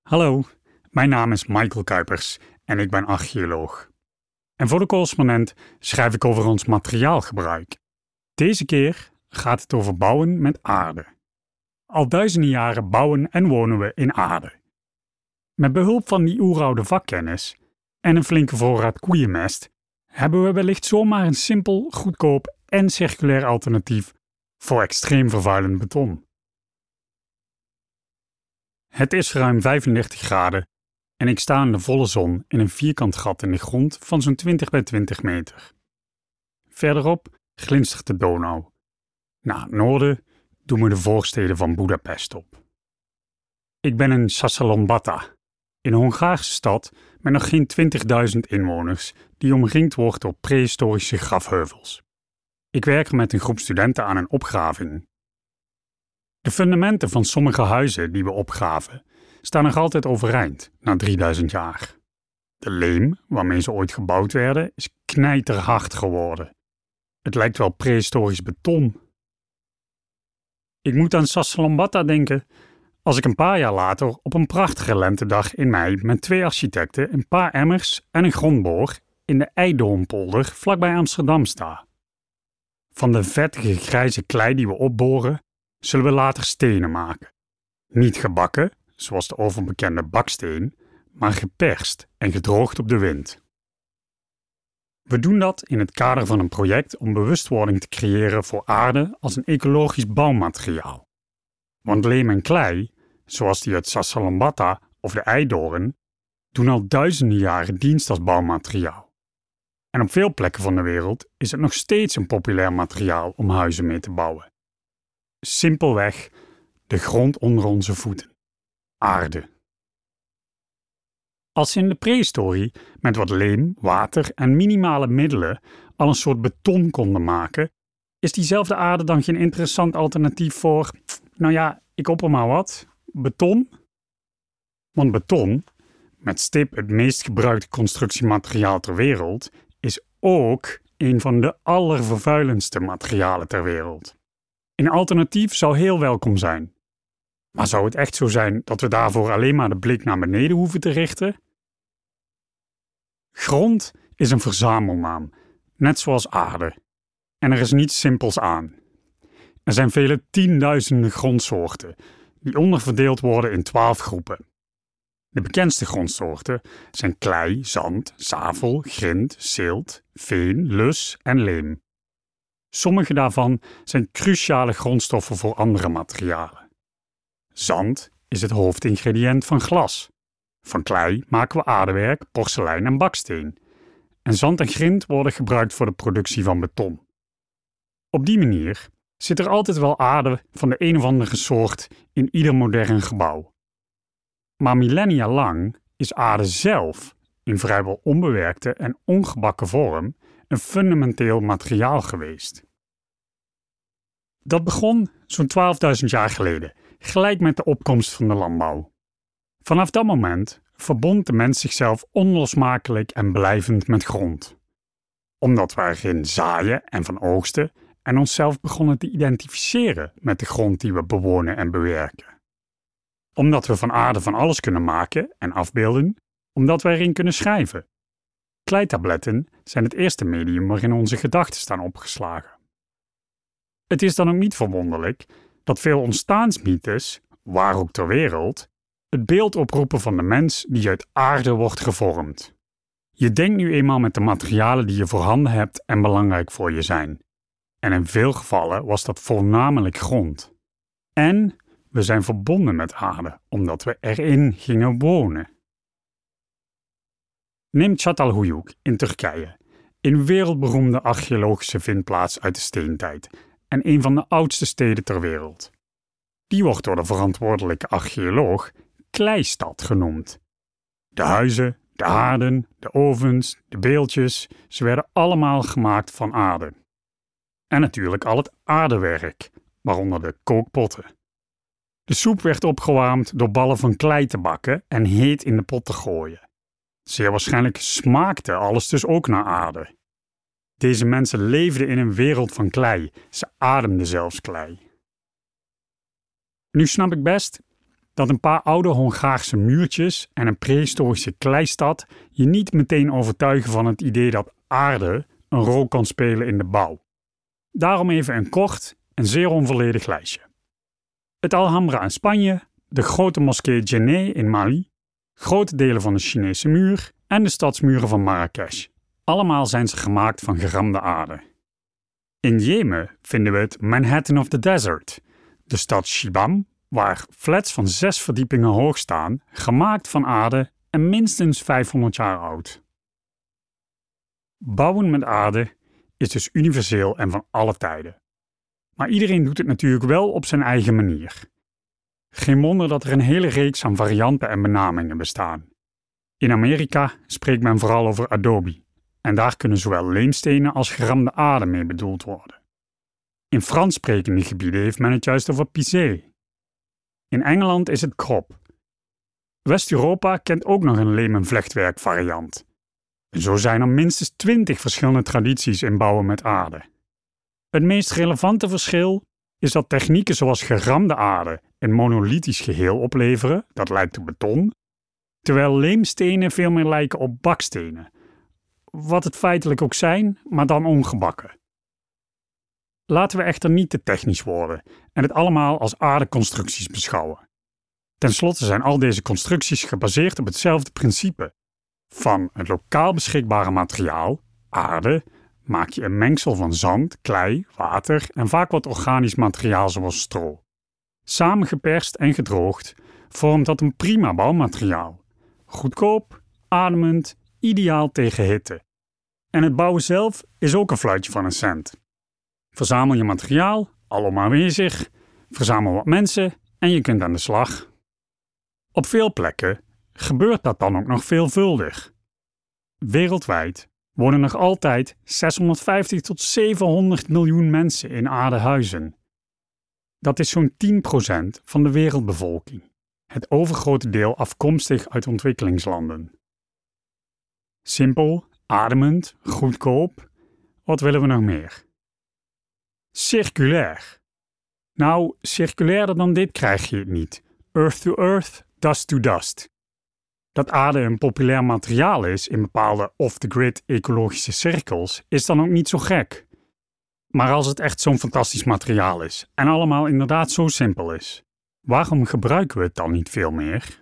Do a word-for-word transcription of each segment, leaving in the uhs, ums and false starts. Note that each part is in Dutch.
Hallo, mijn naam is Michael Kuipers en ik ben archeoloog. En voor de correspondent schrijf ik over ons materiaalgebruik. Deze keer gaat het over bouwen met aarde. Al duizenden jaren bouwen en wonen we in aarde. Met behulp van die oeroude vakkennis en een flinke voorraad koeienmest hebben we wellicht zomaar een simpel, goedkoop en circulair alternatief voor extreem vervuilend beton. Het is ruim vijfendertig graden en ik sta in de volle zon in een vierkant gat in de grond van zo'n twintig bij twintig meter. Verderop glinstert de Donau. Naar het noorden doen we de voorsteden van Budapest op. Ik ben in Százhalombatta, een Hongaarse stad met nog geen twintigduizend inwoners die omringd wordt door prehistorische grafheuvels. Ik werk er met een groep studenten aan een opgraving. De fundamenten van sommige huizen die we opgraven staan nog altijd overeind na drieduizend jaar. De leem waarmee ze ooit gebouwd werden is knijterhard geworden. Het lijkt wel prehistorisch beton. Ik moet aan Százhalombatta denken als ik een paar jaar later op een prachtige lentedag in mei met twee architecten, een paar emmers en een grondboor in de Eidoornpolder vlakbij Amsterdam sta. Van de vettige grijze klei die we opboren zullen we later stenen maken. Niet gebakken, zoals de overbekende baksteen, maar geperst en gedroogd op de wind. We doen dat in het kader van een project om bewustwording te creëren voor aarde als een ecologisch bouwmateriaal. Want leem en klei, zoals die uit Százhalombatta of de Eidoorn, doen al duizenden jaren dienst als bouwmateriaal. En op veel plekken van de wereld is het nog steeds een populair materiaal om huizen mee te bouwen. Simpelweg de grond onder onze voeten. Aarde. Als ze in de prehistorie met wat leem, water en minimale middelen al een soort beton konden maken, is diezelfde aarde dan geen interessant alternatief voor, nou ja, ik opper maar wat, beton? Want beton, met stip het meest gebruikte constructiemateriaal ter wereld, is ook een van de allervervuilendste materialen ter wereld. Een alternatief zou heel welkom zijn. Maar zou het echt zo zijn dat we daarvoor alleen maar de blik naar beneden hoeven te richten? Grond is een verzamelnaam, net zoals aarde. En er is niets simpels aan. Er zijn vele tienduizenden grondsoorten, die onderverdeeld worden in twaalf groepen. De bekendste grondsoorten zijn klei, zand, zavel, grind, zilt, veen, lus en leem. Sommige daarvan zijn cruciale grondstoffen voor andere materialen. Zand is het hoofdingrediënt van glas. Van klei maken we aardewerk, porselein en baksteen. En zand en grind worden gebruikt voor de productie van beton. Op die manier zit er altijd wel aarde van de een of andere soort in ieder modern gebouw. Maar millennia lang is aarde zelf, in vrijwel onbewerkte en ongebakken vorm, een fundamenteel materiaal geweest. Dat begon zo'n twaalfduizend jaar geleden, gelijk met de opkomst van de landbouw. Vanaf dat moment verbond de mens zichzelf onlosmakelijk en blijvend met grond. Omdat we erin zaaien en van oogsten en onszelf begonnen te identificeren met de grond die we bewonen en bewerken. Omdat we van aarde van alles kunnen maken en afbeelden, omdat we erin kunnen schrijven. Kleitabletten zijn het eerste medium waarin onze gedachten staan opgeslagen. Het is dan ook niet verwonderlijk dat veel ontstaansmythes, waar ook ter wereld, het beeld oproepen van de mens die uit aarde wordt gevormd. Je denkt nu eenmaal met de materialen die je voorhanden hebt en belangrijk voor je zijn. En in veel gevallen was dat voornamelijk grond. En we zijn verbonden met aarde, omdat we erin gingen wonen. Neem Çatalhöyük in Turkije, een wereldberoemde archeologische vindplaats uit de steentijd en een van de oudste steden ter wereld. Die wordt door de verantwoordelijke archeoloog Kleistad genoemd. De huizen, de haarden, de ovens, de beeldjes, ze werden allemaal gemaakt van aarde. En natuurlijk al het aardewerk, waaronder de kookpotten. De soep werd opgewarmd door ballen van klei te bakken en heet in de pot te gooien. Zeer waarschijnlijk smaakte alles dus ook naar aarde. Deze mensen leefden in een wereld van klei, ze ademden zelfs klei. Nu snap ik best, dat een paar oude Hongaarse muurtjes en een prehistorische kleistad je niet meteen overtuigen van het idee dat aarde een rol kan spelen in de bouw. Daarom even een kort en zeer onvolledig lijstje. Het Alhambra in Spanje, de grote moskee Djenné in Mali, grote delen van de Chinese muur en de stadsmuren van Marrakesh. Allemaal zijn ze gemaakt van geramde aarde. In Jemen vinden we het Manhattan of the Desert, de stad Shibam, waar flats van zes verdiepingen hoog staan, gemaakt van aarde en minstens vijfhonderd jaar oud. Bouwen met aarde is dus universeel en van alle tijden. Maar iedereen doet het natuurlijk wel op zijn eigen manier. Geen wonder dat er een hele reeks aan varianten en benamingen bestaan. In Amerika spreekt men vooral over adobe, en daar kunnen zowel leemstenen als geramde aarde mee bedoeld worden. In Frans sprekende gebieden heeft men het juist over pisé. In Engeland is het krop. West-Europa kent ook nog een leem- en vlechtwerk variant. Zo zijn er minstens twintig verschillende tradities in bouwen met aarde. Het meest relevante verschil is dat technieken zoals geramde aarde een monolithisch geheel opleveren, dat lijkt op beton, terwijl leemstenen veel meer lijken op bakstenen. Wat het feitelijk ook zijn, maar dan ongebakken. Laten we echter niet te technisch worden en het allemaal als aardeconstructies beschouwen. Ten slotte zijn al deze constructies gebaseerd op hetzelfde principe. Van het lokaal beschikbare materiaal, aarde, maak je een mengsel van zand, klei, water en vaak wat organisch materiaal zoals stro. Samengeperst en gedroogd vormt dat een prima bouwmateriaal. Goedkoop, ademend, ideaal tegen hitte. En het bouwen zelf is ook een fluitje van een cent. Verzamel je materiaal, alom aanwezig, verzamel wat mensen en je kunt aan de slag. Op veel plekken gebeurt dat dan ook nog veelvuldig. Wereldwijd wonen nog altijd zeshonderdvijftig tot zevenhonderd miljoen mensen in aardehuizen. Dat is zo'n tien procent van de wereldbevolking, het overgrote deel afkomstig uit ontwikkelingslanden. Simpel, ademend, goedkoop, wat willen we nog meer? Circulair. Nou, circulairder dan dit krijg je het niet. Earth to earth, dust to dust. Dat aarde een populair materiaal is in bepaalde off-the-grid ecologische cirkels, is dan ook niet zo gek. Maar als het echt zo'n fantastisch materiaal is en allemaal inderdaad zo simpel is, waarom gebruiken we het dan niet veel meer?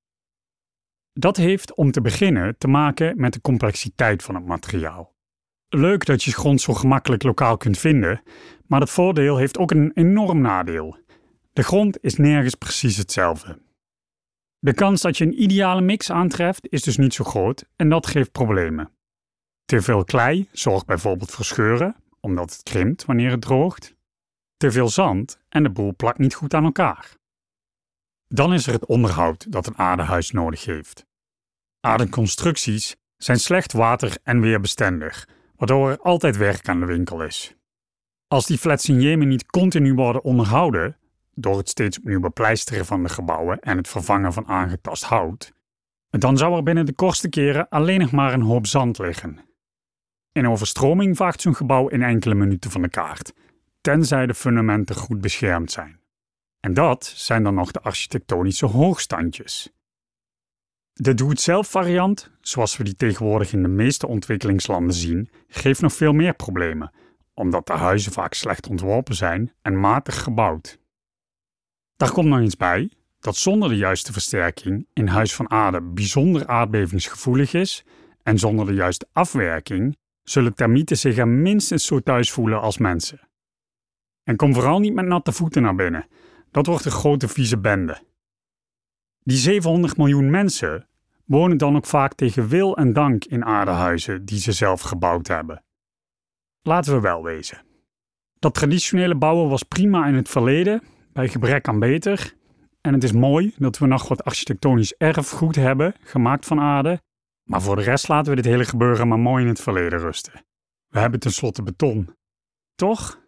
Dat heeft om te beginnen te maken met de complexiteit van het materiaal. Leuk dat je grond zo gemakkelijk lokaal kunt vinden, maar dat voordeel heeft ook een enorm nadeel. De grond is nergens precies hetzelfde. De kans dat je een ideale mix aantreft is dus niet zo groot en dat geeft problemen. Te veel klei zorgt bijvoorbeeld voor scheuren, omdat het krimpt wanneer het droogt. Te veel zand en de boel plakt niet goed aan elkaar. Dan is er het onderhoud dat een aardehuis nodig heeft. Aardeconstructies zijn slecht water- en weerbestendig, waardoor er altijd werk aan de winkel is. Als die flats in Jemen niet continu worden onderhouden, door het steeds opnieuw bepleisteren van de gebouwen en het vervangen van aangetast hout, dan zou er binnen de kortste keren alleen nog maar een hoop zand liggen. Een overstroming vaagt zo'n gebouw in enkele minuten van de kaart, tenzij de fundamenten goed beschermd zijn. En dat zijn dan nog de architectonische hoogstandjes. De doe-het-zelf variant, zoals we die tegenwoordig in de meeste ontwikkelingslanden zien, geeft nog veel meer problemen, omdat de huizen vaak slecht ontworpen zijn en matig gebouwd. Daar komt nog eens bij dat zonder de juiste versterking een huis van aarde bijzonder aardbevingsgevoelig is en zonder de juiste afwerking zullen termieten zich er minstens zo thuis voelen als mensen. En kom vooral niet met natte voeten naar binnen, dat wordt een grote vieze bende. Die zevenhonderd miljoen mensen wonen dan ook vaak tegen wil en dank in aardehuizen die ze zelf gebouwd hebben. Laten we wel wezen. Dat traditionele bouwen was prima in het verleden, bij gebrek aan beter. En het is mooi dat we nog wat architectonisch erfgoed hebben, gemaakt van aarde. Maar voor de rest laten we dit hele gebeuren maar mooi in het verleden rusten. We hebben tenslotte beton. Toch?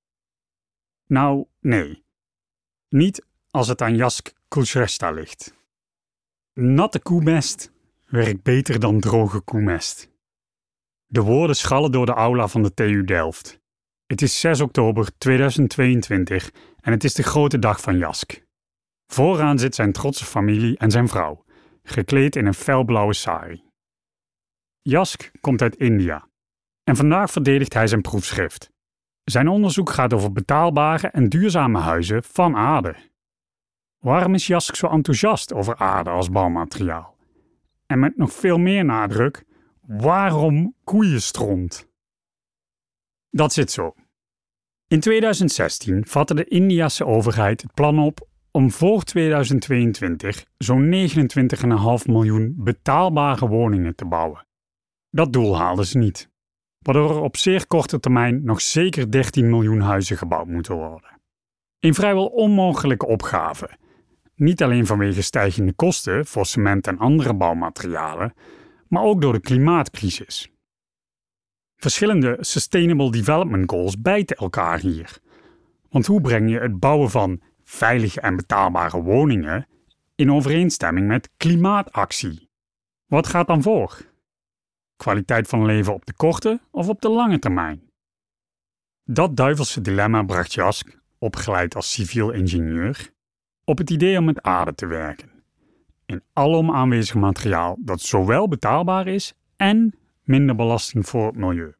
Nou, nee. Niet als het aan Jask Kuchresta ligt. Natte koemest werkt beter dan droge koemest. De woorden schallen door de aula van de T U Delft. Het is zes oktober tweeduizend tweeëntwintig en het is de grote dag van Jask. Vooraan zit zijn trotse familie en zijn vrouw, gekleed in een felblauwe sari. Jask komt uit India en vandaag verdedigt hij zijn proefschrift. Zijn onderzoek gaat over betaalbare en duurzame huizen van aarde. Waarom is Jask zo enthousiast over aarde als bouwmateriaal? En met nog veel meer nadruk, waarom koeienstront? Dat zit zo. In tweeduizend zestien vatte de Indiase overheid het plan op om voor tweeduizend tweeëntwintig zo'n negenentwintig komma vijf miljoen betaalbare woningen te bouwen. Dat doel haalden ze niet, waardoor er op zeer korte termijn nog zeker dertien miljoen huizen gebouwd moeten worden. Een vrijwel onmogelijke opgave, niet alleen vanwege stijgende kosten voor cement en andere bouwmaterialen, maar ook door de klimaatcrisis. Verschillende Sustainable Development Goals bijten elkaar hier. Want hoe breng je het bouwen van veilige en betaalbare woningen in overeenstemming met klimaatactie? Wat gaat dan voor? Kwaliteit van leven op de korte of op de lange termijn? Dat duivelse dilemma bracht Jask, opgeleid als civiel ingenieur, op het idee om met aarde te werken. In alom aanwezig materiaal dat zowel betaalbaar is en minder belastend voor het milieu.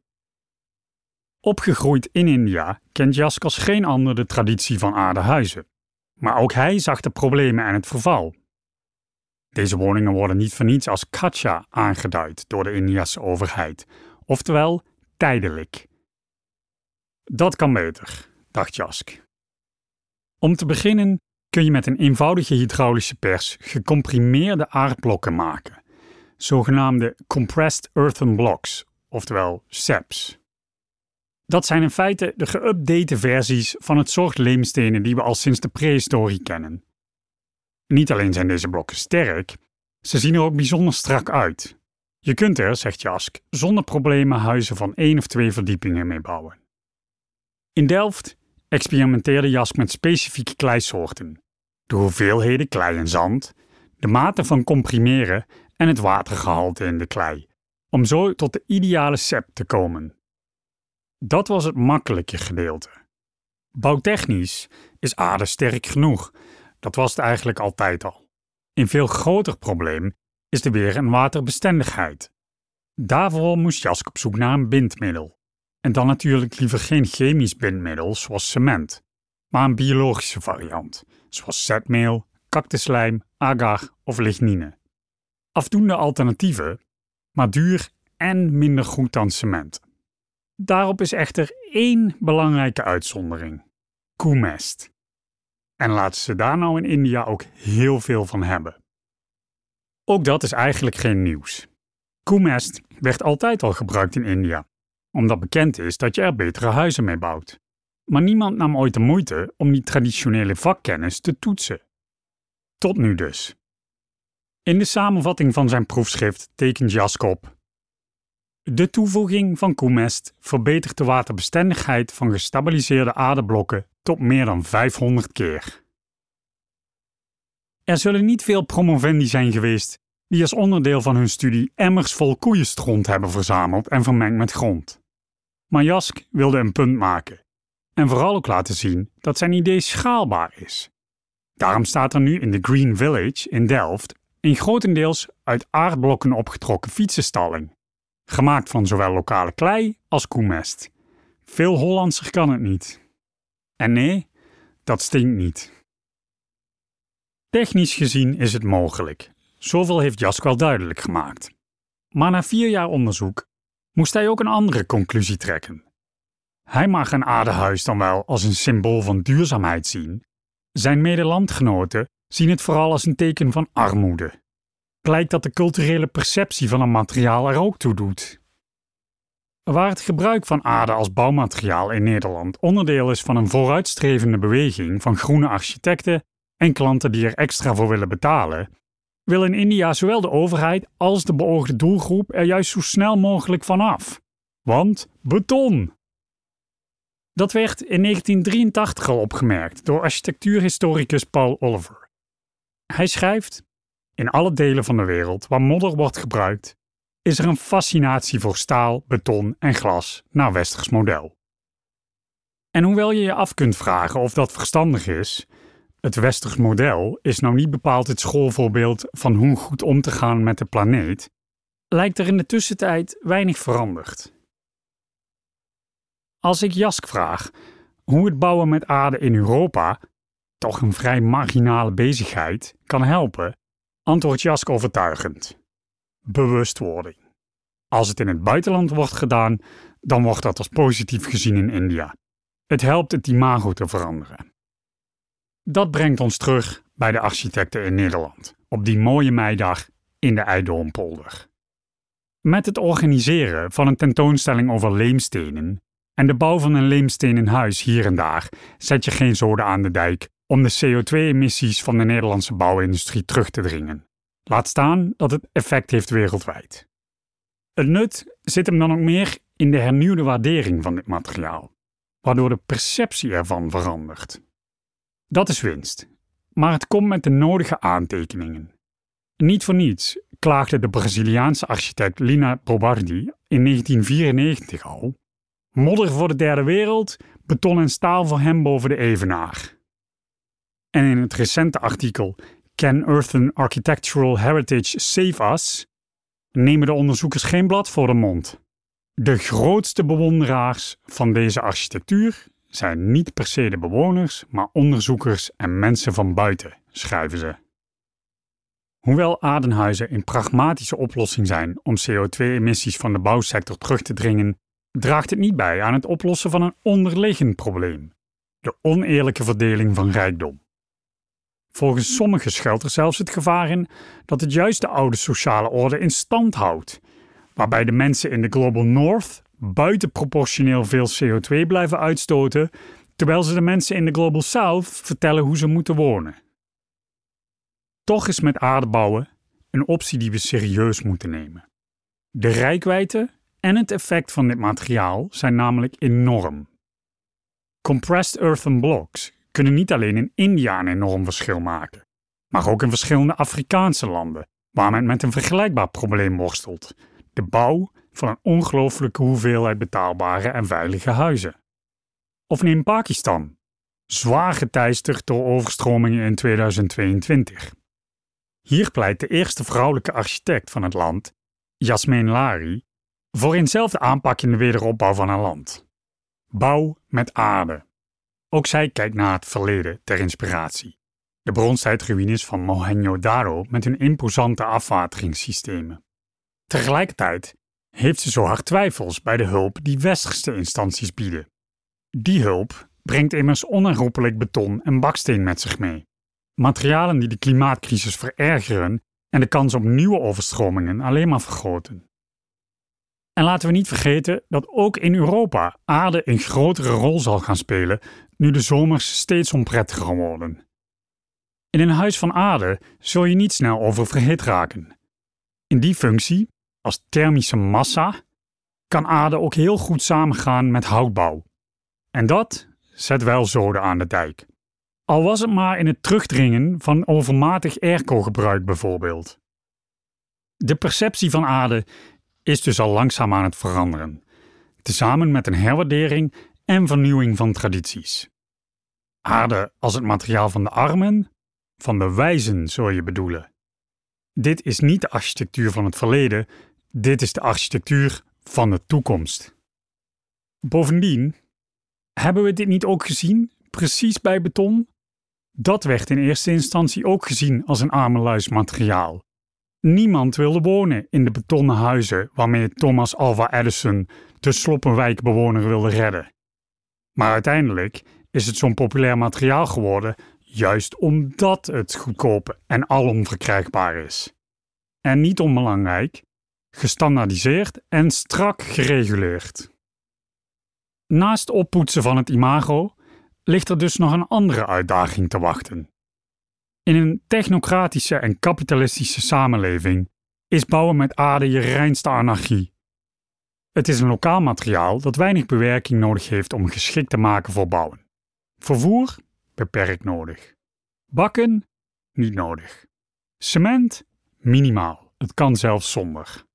Opgegroeid in India kent Jask als geen ander de traditie van aardehuizen. Maar ook hij zag de problemen en het verval. Deze woningen worden niet voor niets als kacha aangeduid door de Indiase overheid, oftewel tijdelijk. Dat kan beter, dacht Jask. Om te beginnen kun je met een eenvoudige hydraulische pers gecomprimeerde aardblokken maken, zogenaamde Compressed Earthen Blocks, oftewel C E B's. Dat zijn in feite de geüpdate versies van het soort leemstenen die we al sinds de prehistorie kennen. Niet alleen zijn deze blokken sterk, ze zien er ook bijzonder strak uit. Je kunt er, zegt Jask, zonder problemen huizen van één of twee verdiepingen mee bouwen. In Delft experimenteerde Jask met specifieke kleisoorten, de hoeveelheden klei en zand, de mate van comprimeren en het watergehalte in de klei, om zo tot de ideale C E B te komen. Dat was het makkelijke gedeelte. Bouwtechnisch is aarde sterk genoeg, dat was het eigenlijk altijd al. Een veel groter probleem is de weer- en waterbestendigheid. Daarvoor moest Jask op zoek naar een bindmiddel. En dan natuurlijk liever geen chemisch bindmiddel zoals cement, maar een biologische variant, zoals zetmeel, cactuslijm, agar of lignine. Afdoende alternatieven, maar duur en minder goed dan cement. Daarop is echter één belangrijke uitzondering: koemest. En laten ze daar nou in India ook heel veel van hebben. Ook dat is eigenlijk geen nieuws. Koemest werd altijd al gebruikt in India, omdat bekend is dat je er betere huizen mee bouwt. Maar niemand nam ooit de moeite om die traditionele vakkennis te toetsen. Tot nu dus. In de samenvatting van zijn proefschrift tekent Jask op: de toevoeging van koemest verbetert de waterbestendigheid van gestabiliseerde aardeblokken tot meer dan vijfhonderd keer. Er zullen niet veel promovendi zijn geweest die als onderdeel van hun studie emmers vol koeienstront hebben verzameld en vermengd met grond. Maar Jask wilde een punt maken en vooral ook laten zien dat zijn idee schaalbaar is. Daarom staat er nu in de Green Village in Delft een grotendeels uit aardblokken opgetrokken fietsenstalling, gemaakt van zowel lokale klei als koemest. Veel Hollandser kan het niet. En nee, dat stinkt niet. Technisch gezien is het mogelijk. Zoveel heeft Jask wel duidelijk gemaakt. Maar na vier jaar onderzoek moest hij ook een andere conclusie trekken. Hij mag een aardehuis dan wel als een symbool van duurzaamheid zien. Zijn medelandgenoten zien het vooral als een teken van armoede. Blijkt dat de culturele perceptie van een materiaal er ook toe doet. Waar het gebruik van aarde als bouwmateriaal in Nederland onderdeel is van een vooruitstrevende beweging van groene architecten en klanten die er extra voor willen betalen, wil in India zowel de overheid als de beoogde doelgroep er juist zo snel mogelijk van af. Want beton! Dat werd in negentien drieëntachtig al opgemerkt door architectuurhistoricus Paul Oliver. Hij schrijft: in alle delen van de wereld waar modder wordt gebruikt, is er een fascinatie voor staal, beton en glas naar westers model. En hoewel je je af kunt vragen of dat verstandig is, Het westers model is nou niet bepaald het schoolvoorbeeld van hoe goed om te gaan met de planeet, lijkt er in de tussentijd weinig veranderd. Als ik Jask vraag hoe het bouwen met aarde in Europa, toch een vrij marginale bezigheid, kan helpen, antwoordt Jask overtuigend. Bewustwording. Als het in het buitenland wordt gedaan, dan wordt dat als positief gezien in India. Het helpt het imago te veranderen. Dat brengt ons terug bij de architecten in Nederland, op die mooie meidag in de IJdoornpolder. Met het organiseren van een tentoonstelling over leemstenen en de bouw van een leemstenen huis hier en daar zet je geen zoden aan de dijk om de C O twee emissies van de Nederlandse bouwindustrie terug te dringen. Laat staan dat het effect heeft wereldwijd. Het nut zit hem dan ook meer in de hernieuwde waardering van dit materiaal, waardoor de perceptie ervan verandert. Dat is winst, maar het komt met de nodige aantekeningen. Niet voor niets klaagde de Braziliaanse architect Lina Bobardi in negentien vierennegentig al: modder voor de derde wereld, beton en staal voor hem boven de evenaar. En in het recente artikel Can Earthen Architectural Heritage Save Us? Nemen de onderzoekers geen blad voor de mond. De grootste bewonderaars van deze architectuur zijn niet per se de bewoners, maar onderzoekers en mensen van buiten, schrijven ze. Hoewel aardenhuizen een pragmatische oplossing zijn om C O twee emissies van de bouwsector terug te dringen, draagt het niet bij aan het oplossen van een onderliggend probleem: de oneerlijke verdeling van rijkdom. Volgens sommigen schuilt er zelfs het gevaar in dat het juist de oude sociale orde in stand houdt, waarbij de mensen in de Global North buitenproportioneel veel C O twee blijven uitstoten, terwijl ze de mensen in de Global South vertellen hoe ze moeten wonen. Toch is met aarde bouwen een optie die we serieus moeten nemen. De reikwijdte en het effect van dit materiaal zijn namelijk enorm. Compressed earthen blocks kunnen niet alleen in India een enorm verschil maken, maar ook in verschillende Afrikaanse landen, waar men met een vergelijkbaar probleem worstelt: de bouw van een ongelooflijke hoeveelheid betaalbare en veilige huizen. Of neem Pakistan, zwaar geteisterd door overstromingen in tweeduizend tweeëntwintig. Hier pleit de eerste vrouwelijke architect van het land, Yasmin Lari, voor eenzelfde aanpak in de wederopbouw van haar land. Bouw met aarde. Ook zij kijkt naar het verleden ter inspiratie. De bronstijdruïnes van Mohenjo-Daro met hun imposante afwateringssystemen. Tegelijkertijd heeft ze zo haar twijfels bij de hulp die westerse instanties bieden. Die hulp brengt immers onherroepelijk beton en baksteen met zich mee. Materialen die de klimaatcrisis verergeren en de kans op nieuwe overstromingen alleen maar vergroten. En laten we niet vergeten dat ook in Europa aarde een grotere rol zal gaan spelen nu de zomers steeds onprettiger worden. In een huis van aarde zul je niet snel oververhit raken. In die functie, als thermische massa, kan aarde ook heel goed samengaan met houtbouw. En dat zet wel zoden aan de dijk. Al was het maar in het terugdringen van overmatig airco-gebruik bijvoorbeeld. De perceptie van aarde is dus al langzaam aan het veranderen, tezamen met een herwaardering en vernieuwing van tradities. Aarde als het materiaal van de armen, van de wijzen zul je bedoelen. Dit is niet de architectuur van het verleden, dit is de architectuur van de toekomst. Bovendien, hebben we dit niet ook gezien, precies bij beton? Dat werd in eerste instantie ook gezien als een armenluis materiaal. Niemand wilde wonen in de betonnen huizen waarmee Thomas Alva Edison de Sloppenwijkbewoner wilde redden. Maar uiteindelijk is het zo'n populair materiaal geworden juist omdat het goedkoop en alom verkrijgbaar is. En niet onbelangrijk, gestandaardiseerd en strak gereguleerd. Naast oppoetsen van het imago ligt er dus nog een andere uitdaging te wachten. In een technocratische en kapitalistische samenleving is bouwen met aarde je reinste anarchie. Het is een lokaal materiaal dat weinig bewerking nodig heeft om geschikt te maken voor bouwen. Vervoer? Beperkt nodig. Bakken? Niet nodig. Cement? Minimaal. Het kan zelfs zonder.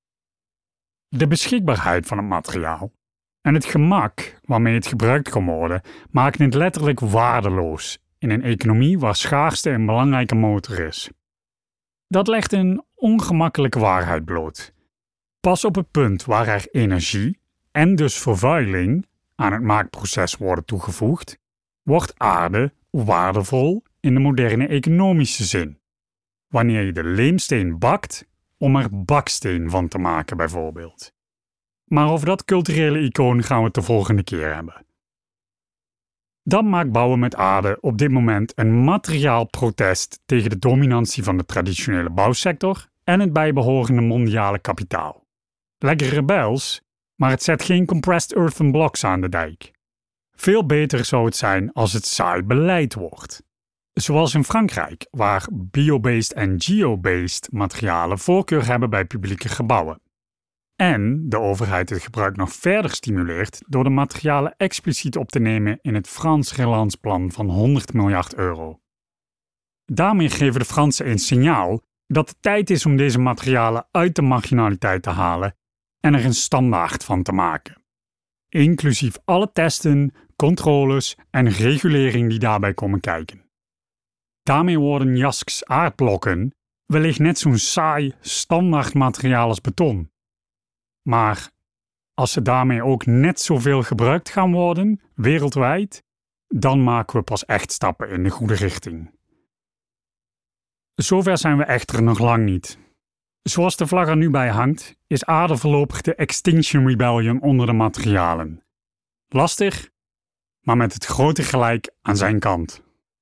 De beschikbaarheid van het materiaal en het gemak waarmee het gebruikt kan worden maken het letterlijk waardeloos in een economie waar schaarste een belangrijke motor is. Dat legt een ongemakkelijke waarheid bloot. Pas op het punt waar er energie en dus vervuiling aan het maakproces worden toegevoegd, wordt aarde waardevol in de moderne economische zin. Wanneer je de leemsteen bakt om er baksteen van te maken bijvoorbeeld. Maar over dat culturele icoon gaan we het de volgende keer hebben. Dan maakt bouwen met aarde op dit moment een materiaal protest tegen de dominantie van de traditionele bouwsector en het bijbehorende mondiale kapitaal. Lekker rebels, maar het zet geen compressed earthen blocks aan de dijk. Veel beter zou het zijn als het saai beleid wordt. Zoals in Frankrijk, waar biobased en geobased materialen voorkeur hebben bij publieke gebouwen. En de overheid het gebruik nog verder stimuleert door de materialen expliciet op te nemen in het Frans relanceplan van honderd miljard euro. Daarmee geven de Fransen een signaal dat het tijd is om deze materialen uit de marginaliteit te halen en er een standaard van te maken. Inclusief alle testen, controles en regulering die daarbij komen kijken. Daarmee worden Jasks aardblokken wellicht net zo'n saai standaard materiaal als beton. Maar als ze daarmee ook net zoveel gebruikt gaan worden, wereldwijd, dan maken we pas echt stappen in de goede richting. Zover zijn we echter nog lang niet. Zoals de vlag er nu bij hangt, is aarde voorlopig de Extinction Rebellion onder de materialen. Lastig, maar met het grote gelijk aan zijn kant.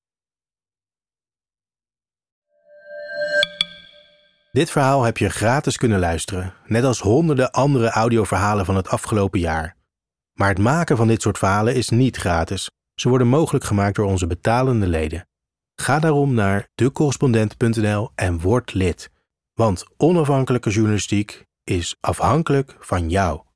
Dit verhaal heb je gratis kunnen luisteren, net als honderden andere audioverhalen van het afgelopen jaar. Maar het maken van dit soort verhalen is niet gratis. Ze worden mogelijk gemaakt door onze betalende leden. Ga daarom naar de correspondent punt n l en word lid. Want onafhankelijke journalistiek is afhankelijk van jou.